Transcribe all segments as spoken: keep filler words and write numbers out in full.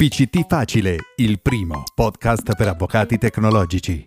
P C T Facile, il primo podcast per avvocati tecnologici.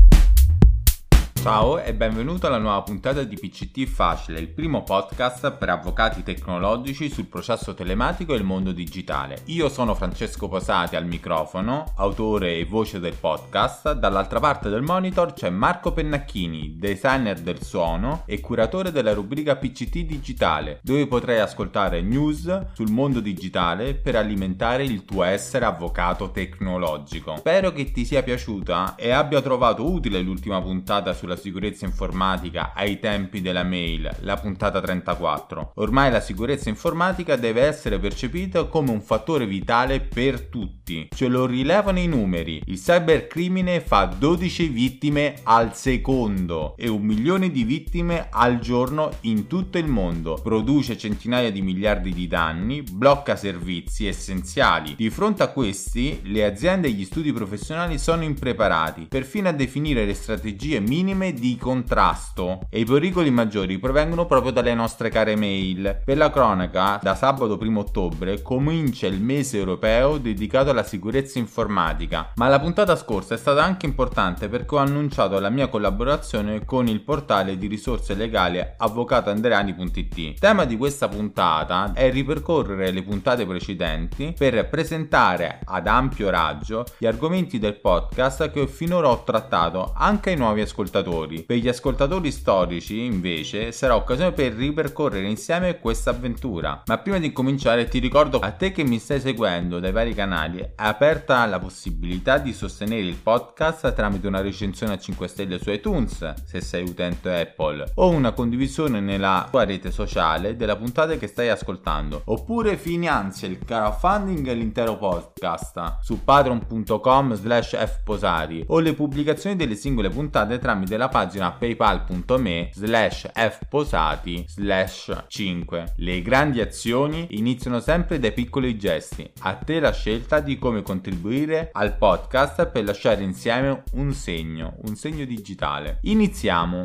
Ciao e benvenuto alla nuova puntata di P C T Facile, il primo podcast per avvocati tecnologici sul processo telematico e il mondo digitale. Io sono Francesco Posati al microfono, autore e voce del podcast. Dall'altra parte del monitor c'è Marco Pennacchini, designer del suono e curatore della rubrica P C T Digitale, dove potrai ascoltare news sul mondo digitale per alimentare il tuo essere avvocato tecnologico. Spero che ti sia piaciuta e abbia trovato utile l'ultima puntata sulla sicurezza informatica ai tempi della mail, la puntata trentaquattro. Ormai la sicurezza informatica deve essere percepita come un fattore vitale per tutti. Ce lo rilevano i numeri. Il cybercrimine fa dodici vittime al secondo e un milione di vittime al giorno in tutto il mondo. Produce centinaia di miliardi di danni, blocca servizi essenziali. Di fronte a questi, le aziende e gli studi professionali sono impreparati, perfino a definire le strategie minime di contrasto, e i pericoli maggiori provengono proprio dalle nostre care mail. Per la cronaca, da sabato primo ottobre comincia il mese europeo dedicato alla sicurezza informatica, ma la puntata scorsa è stata anche importante perché ho annunciato la mia collaborazione con il portale di risorse legali avvocato andreani punto it. Tema di questa puntata è ripercorrere le puntate precedenti per presentare ad ampio raggio gli argomenti del podcast che finora ho trattato anche ai nuovi ascoltatori. Per gli ascoltatori storici, invece, sarà occasione per ripercorrere insieme questa avventura. Ma prima di cominciare ti ricordo a te che mi stai seguendo dai vari canali è aperta la possibilità di sostenere il podcast tramite una recensione a cinque stelle su iTunes se sei utente Apple, o una condivisione nella tua rete sociale della puntata che stai ascoltando, oppure finanzia il crowdfunding e l'intero podcast su patreon punto com slash fposati o le pubblicazioni delle singole puntate tramite la pagina paypal punto me slash fposati slash cinque. Le grandi azioni iniziano sempre dai piccoli gesti. A te la scelta di come contribuire al podcast per lasciare insieme un segno, un segno digitale. Iniziamo!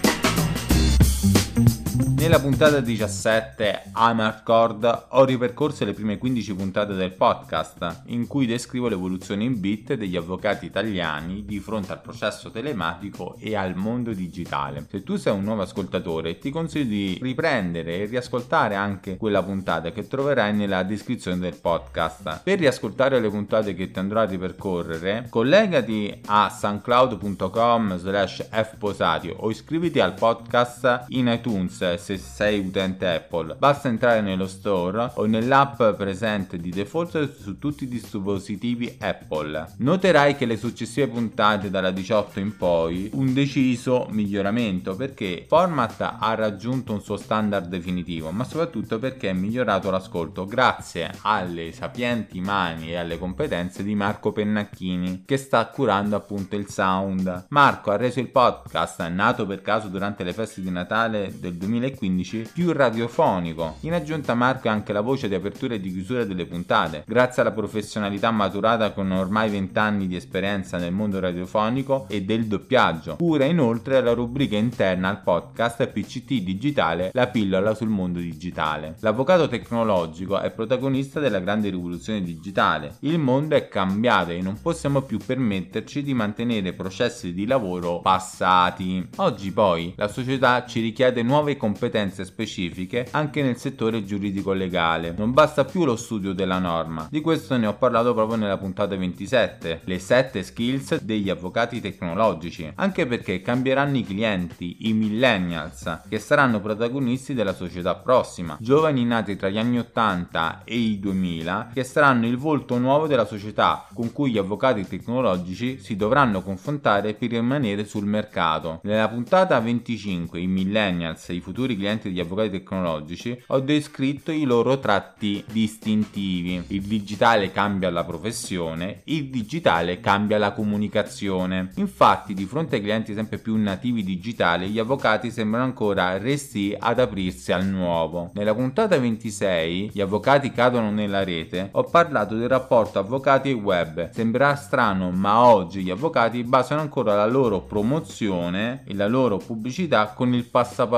Nella puntata diciassette, Amarcord, ho ripercorso le prime quindici puntate del podcast, in cui descrivo l'evoluzione in bit degli avvocati italiani di fronte al processo telematico e al mondo digitale. Se tu sei un nuovo ascoltatore, ti consiglio di riprendere e riascoltare anche quella puntata che troverai nella descrizione del podcast. Per riascoltare le puntate che ti andrò a ripercorrere, collegati a soundcloud punto com slash fposati o iscriviti al podcast in iTunes se sei utente Apple. Basta entrare nello store o nell'app presente di default su tutti i dispositivi Apple. Noterai che le successive puntate dalla diciotto in poi un deciso miglioramento, perché il format ha raggiunto un suo standard definitivo, ma soprattutto perché è migliorato l'ascolto grazie alle sapienti mani e alle competenze di Marco Pennacchini, che sta curando appunto il sound. Marco ha reso il podcast, nato per caso durante le feste di Natale del duemilaquindici, più radiofonico. In aggiunta, Marco è anche la voce di apertura e di chiusura delle puntate. Grazie alla professionalità maturata con ormai venti anni di esperienza nel mondo radiofonico e del doppiaggio, cura inoltre la rubrica interna al podcast P C T Digitale, la pillola sul mondo digitale. L'avvocato tecnologico è protagonista della grande rivoluzione digitale. Il mondo è cambiato e non possiamo più permetterci di mantenere processi di lavoro passati. Oggi poi la società ci richiede nuove competenze specifiche anche nel settore giuridico-legale. Non basta più lo studio della norma. Di questo ne ho parlato proprio nella puntata ventisette, le sette skills degli avvocati tecnologici, anche perché cambieranno i clienti, i millennials, che saranno protagonisti della società prossima, giovani nati tra gli anni ottanta e i duemila, che saranno il volto nuovo della società con cui gli avvocati tecnologici si dovranno confrontare per rimanere sul mercato. Nella puntata venticinque, i millennials, i futuri clienti degli avvocati tecnologici, ho descritto i loro tratti distintivi. Il digitale cambia la professione, il digitale cambia la comunicazione. Infatti, di fronte ai clienti sempre più nativi digitali, gli avvocati sembrano ancora resti ad aprirsi al nuovo. Nella puntata ventisei, gli avvocati cadono nella rete, ho parlato del rapporto avvocati e web. Sembrerà strano, ma oggi gli avvocati basano ancora la loro promozione e la loro pubblicità con il passaparola,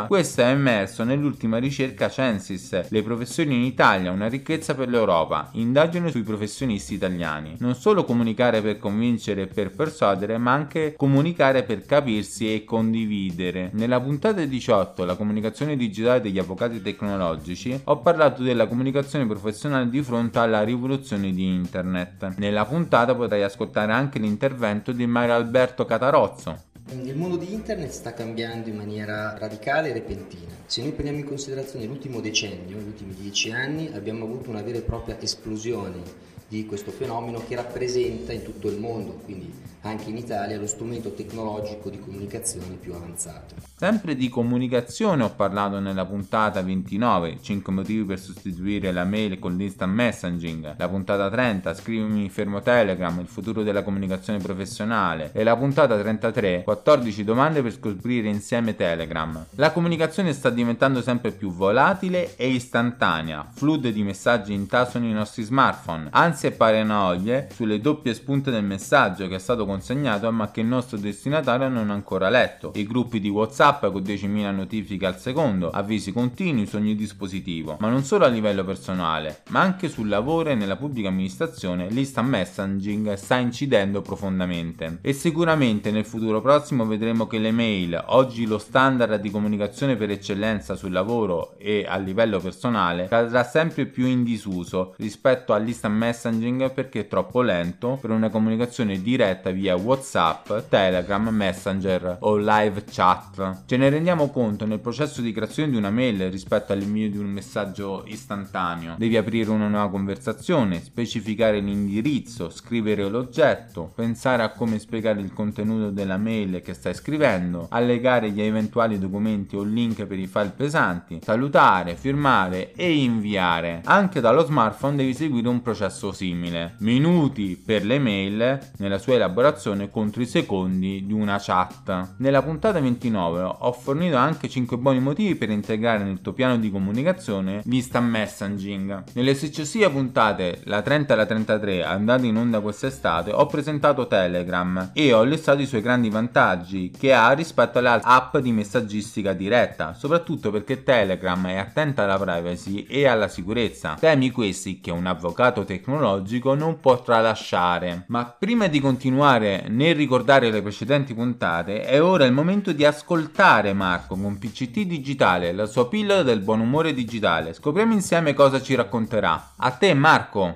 Questo è emerso nell'ultima ricerca Censis, le professioni in Italia, una ricchezza per l'Europa, indagine sui professionisti italiani. Non solo comunicare per convincere e per persuadere, ma anche comunicare per capirsi e condividere. Nella puntata diciotto, la comunicazione digitale degli avvocati tecnologici, ho parlato della comunicazione professionale di fronte alla rivoluzione di internet. Nella puntata potrai ascoltare anche l'intervento di Mario Alberto Catarozzo. Il mondo di internet sta cambiando in maniera radicale e repentina. Se noi prendiamo in considerazione l'ultimo decennio, gli ultimi dieci anni, abbiamo avuto una vera e propria esplosione di questo fenomeno che rappresenta in tutto il mondo, quindi anche in Italia, lo strumento tecnologico di comunicazione più avanzato. Sempre di comunicazione ho parlato nella puntata ventinove, cinque motivi per sostituire la mail con l'instant messaging, la puntata trenta, scrivimi fermo Telegram, il futuro della comunicazione professionale, e la puntata trentatré, quattordici domande per scoprire insieme Telegram. La comunicazione sta diventando sempre più volatile e istantanea, flood di messaggi intasano i nostri smartphone, ansie e paranoie sulle doppie spunte del messaggio che è stato consegnato ma che il nostro destinatario non ha ancora letto, i gruppi di WhatsApp con diecimila notifiche al secondo, avvisi continui su ogni dispositivo, ma non solo a livello personale, ma anche sul lavoro e nella pubblica amministrazione. L'instant messaging sta incidendo profondamente e sicuramente nel futuro prossimo vedremo che le mail, oggi lo standard di comunicazione per eccellenza sul lavoro e a livello personale, cadrà sempre più in disuso rispetto all'instant messaging perché è troppo lento per una comunicazione diretta via WhatsApp, Telegram, Messenger o live chat. Ce ne rendiamo conto nel processo di creazione di una mail rispetto all'invio di un messaggio istantaneo. Devi aprire una nuova conversazione, specificare l'indirizzo, scrivere l'oggetto, pensare a come spiegare il contenuto della mail che stai scrivendo, allegare gli eventuali documenti o link per i file pesanti, salutare, firmare e inviare. Anche dallo smartphone devi seguire un processo simile. Minuti per le mail nella sua elaborazione contro i secondi di una chat. Nella puntata ventinove ho fornito anche cinque buoni motivi per integrare nel tuo piano di comunicazione l'instant messaging. Nelle successive puntate, la trenta e la trentatré, andate in onda quest'estate, ho presentato Telegram e ho listato i suoi grandi vantaggi che ha rispetto alle altre app di messaggistica diretta, soprattutto perché Telegram è attenta alla privacy e alla sicurezza, temi questi che un avvocato tecnologico non può tralasciare. Ma prima di continuare nel ricordare le precedenti puntate, è ora il momento di ascoltare Marco con P C T Digitale, la sua pillola del buon umore digitale. Scopriamo insieme cosa ci racconterà. A te Marco!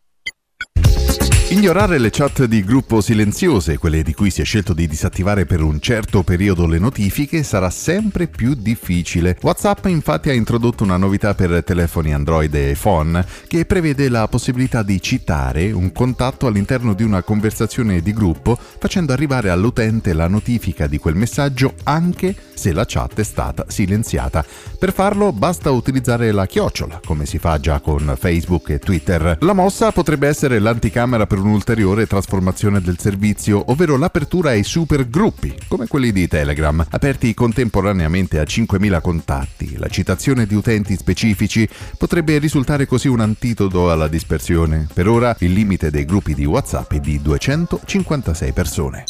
Ignorare le chat di gruppo silenziose, quelle di cui si è scelto di disattivare per un certo periodo le notifiche, sarà sempre più difficile. WhatsApp infatti ha introdotto una novità per telefoni Android e iPhone che prevede la possibilità di citare un contatto all'interno di una conversazione di gruppo, facendo arrivare all'utente la notifica di quel messaggio anche se la chat è stata silenziata. Per farlo basta utilizzare la chiocciola, come si fa già con Facebook e Twitter. La mossa potrebbe essere l'anticamera per un'ulteriore trasformazione del servizio, ovvero l'apertura ai super gruppi, come quelli di Telegram, aperti contemporaneamente a cinquemila contatti. La citazione di utenti specifici potrebbe risultare così un antidoto alla dispersione. Per ora il limite dei gruppi di WhatsApp è di duecentocinquantasei persone.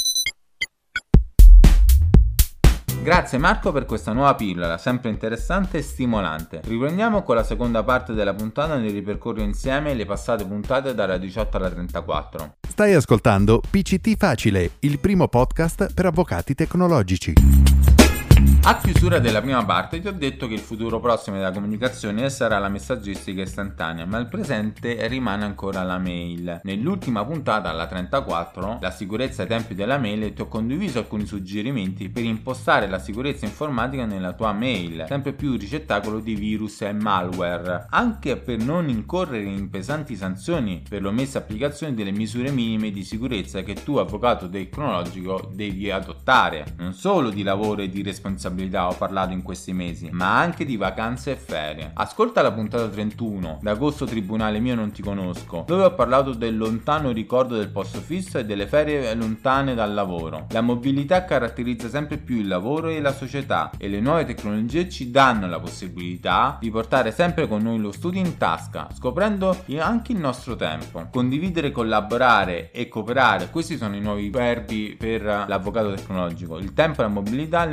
Grazie Marco per questa nuova pillola, sempre interessante e stimolante. Riprendiamo con la seconda parte della puntata nel ripercorrere insieme le passate puntate dalla diciotto alla trentaquattro. Stai ascoltando P C T Facile, il primo podcast per avvocati tecnologici. A chiusura della prima parte ti ho detto che il futuro prossimo della comunicazione sarà la messaggistica istantanea, ma il presente rimane ancora la mail. Nell'ultima puntata, alla trentaquattro, la sicurezza ai tempi della mail, ti ho condiviso alcuni suggerimenti per impostare la sicurezza informatica nella tua mail, sempre più ricettacolo di virus e malware, anche per non incorrere in pesanti sanzioni per l'omessa applicazione delle misure minime di sicurezza che tu, avvocato tecnologico, devi adottare. Non solo di lavoro e di responsabilità ho parlato in questi mesi, ma anche di vacanze e ferie. Ascolta la puntata trentuno, d'agosto tribunale mio non ti conosco, dove ho parlato del lontano ricordo del posto fisso e delle ferie lontane dal lavoro. La mobilità caratterizza sempre più il lavoro e la società e le nuove tecnologie ci danno la possibilità di portare sempre con noi lo studio in tasca, scoprendo anche il nostro tempo. Condividere, collaborare e cooperare, questi sono i nuovi verbi per l'avvocato tecnologico. Il tempo e la mobilità, le nuove ricchezze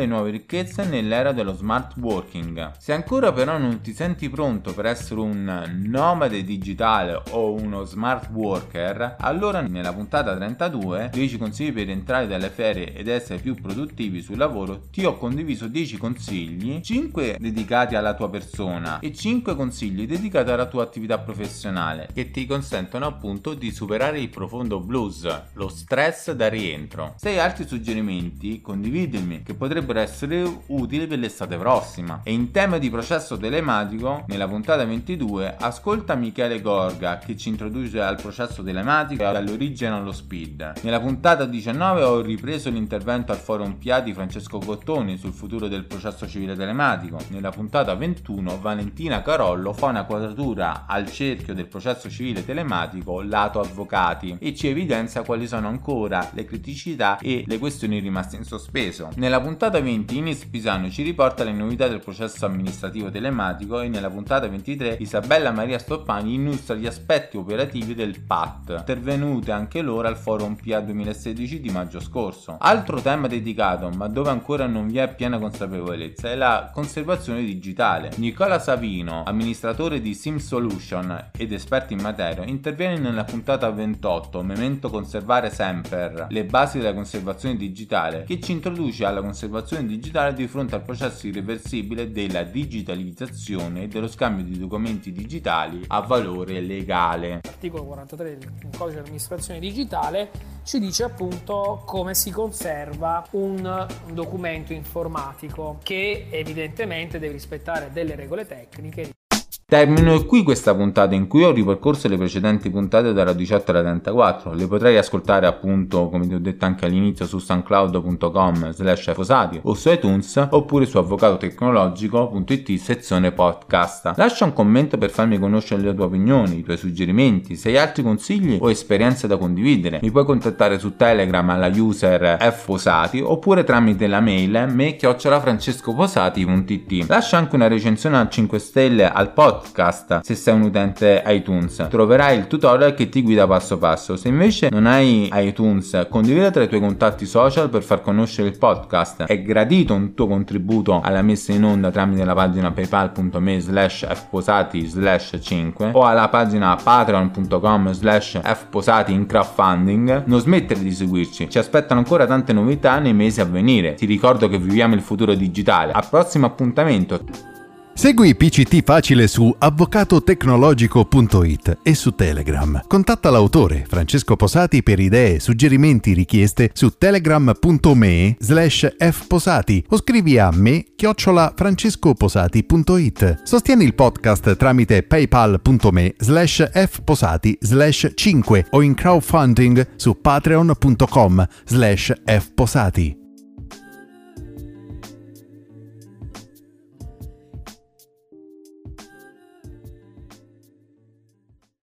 ricchezza nell'era dello smart working. Se ancora però non ti senti pronto per essere un nomade digitale o uno smart worker, allora nella puntata trentadue, dieci consigli per entrare dalle ferie ed essere più produttivi sul lavoro, ti ho condiviso dieci consigli, cinque dedicati alla tua persona e cinque consigli dedicati alla tua attività professionale, che ti consentono appunto di superare il profondo blues, lo stress da rientro. Se hai altri suggerimenti, condividimi, che potrebbero essere utili per l'estate prossima. E in tema di processo telematico, nella puntata ventidue, ascolta Michele Gorga, che ci introduce al processo telematico e dall'origine allo speed. Nella puntata diciannove ho ripreso l'intervento al forum P A di Francesco Cottoni sul futuro del processo civile telematico. Nella puntata ventuno Valentina Carollo fa una quadratura al cerchio del processo civile telematico lato avvocati e ci evidenzia quali sono ancora le criticità e le questioni rimaste in sospeso. Nella puntata venti Ines Pisano ci riporta le novità del processo amministrativo telematico e nella puntata ventitré Isabella Maria Stoppani illustra gli aspetti operativi del P A T, intervenute anche loro al forum P A duemilasedici di maggio scorso. Altro tema dedicato, ma dove ancora non vi è piena consapevolezza, è la conservazione digitale. Nicola Savino, amministratore di Sim Solution ed esperto in materia, interviene nella puntata ventotto Memento conservare sempre, le basi della conservazione digitale, che ci introduce alla conservazione digitale di fronte al processo irreversibile della digitalizzazione e dello scambio di documenti digitali a valore legale. L'articolo quarantatré del codice dell'amministrazione digitale ci dice appunto come si conserva un documento informatico che evidentemente deve rispettare delle regole tecniche. Termino qui questa puntata in cui ho ripercorso le precedenti puntate dalla diciotto alla trentaquattro. Le potrai ascoltare appunto, come ti ho detto anche all'inizio, su soundcloud punto com slash fosati o su iTunes oppure su avvocatotecnologico punto it sezione podcast. Lascia un commento per farmi conoscere le tue opinioni, i tuoi suggerimenti, se hai altri consigli o esperienze da condividere. Mi puoi contattare su Telegram alla user fposati oppure tramite la mail me chiocciola francescoposati punto it. Lascia anche una recensione a cinque stelle al podcast se sei un utente iTunes. Troverai il tutorial che ti guida passo passo. Se invece non hai iTunes, condivida tra i tuoi contatti social per far conoscere il podcast. È gradito un tuo contributo alla messa in onda tramite la pagina paypal punto me slash fposati slash cinque o alla pagina patreon punto com slash fposati in crowdfunding. Non smettere di seguirci, ci aspettano ancora tante novità nei mesi a venire. Ti ricordo che viviamo il futuro digitale. Al prossimo appuntamento. Segui P C T Facile su avvocatotecnologico punto it e su Telegram. Contatta l'autore Francesco Posati per idee, suggerimenti, richieste su telegram punto me slash fposati o scrivi a me chiocciola francescoposati punto it. Sostieni il podcast tramite paypal punto me slash fposati slash cinque o in crowdfunding su patreon punto com slash fposati.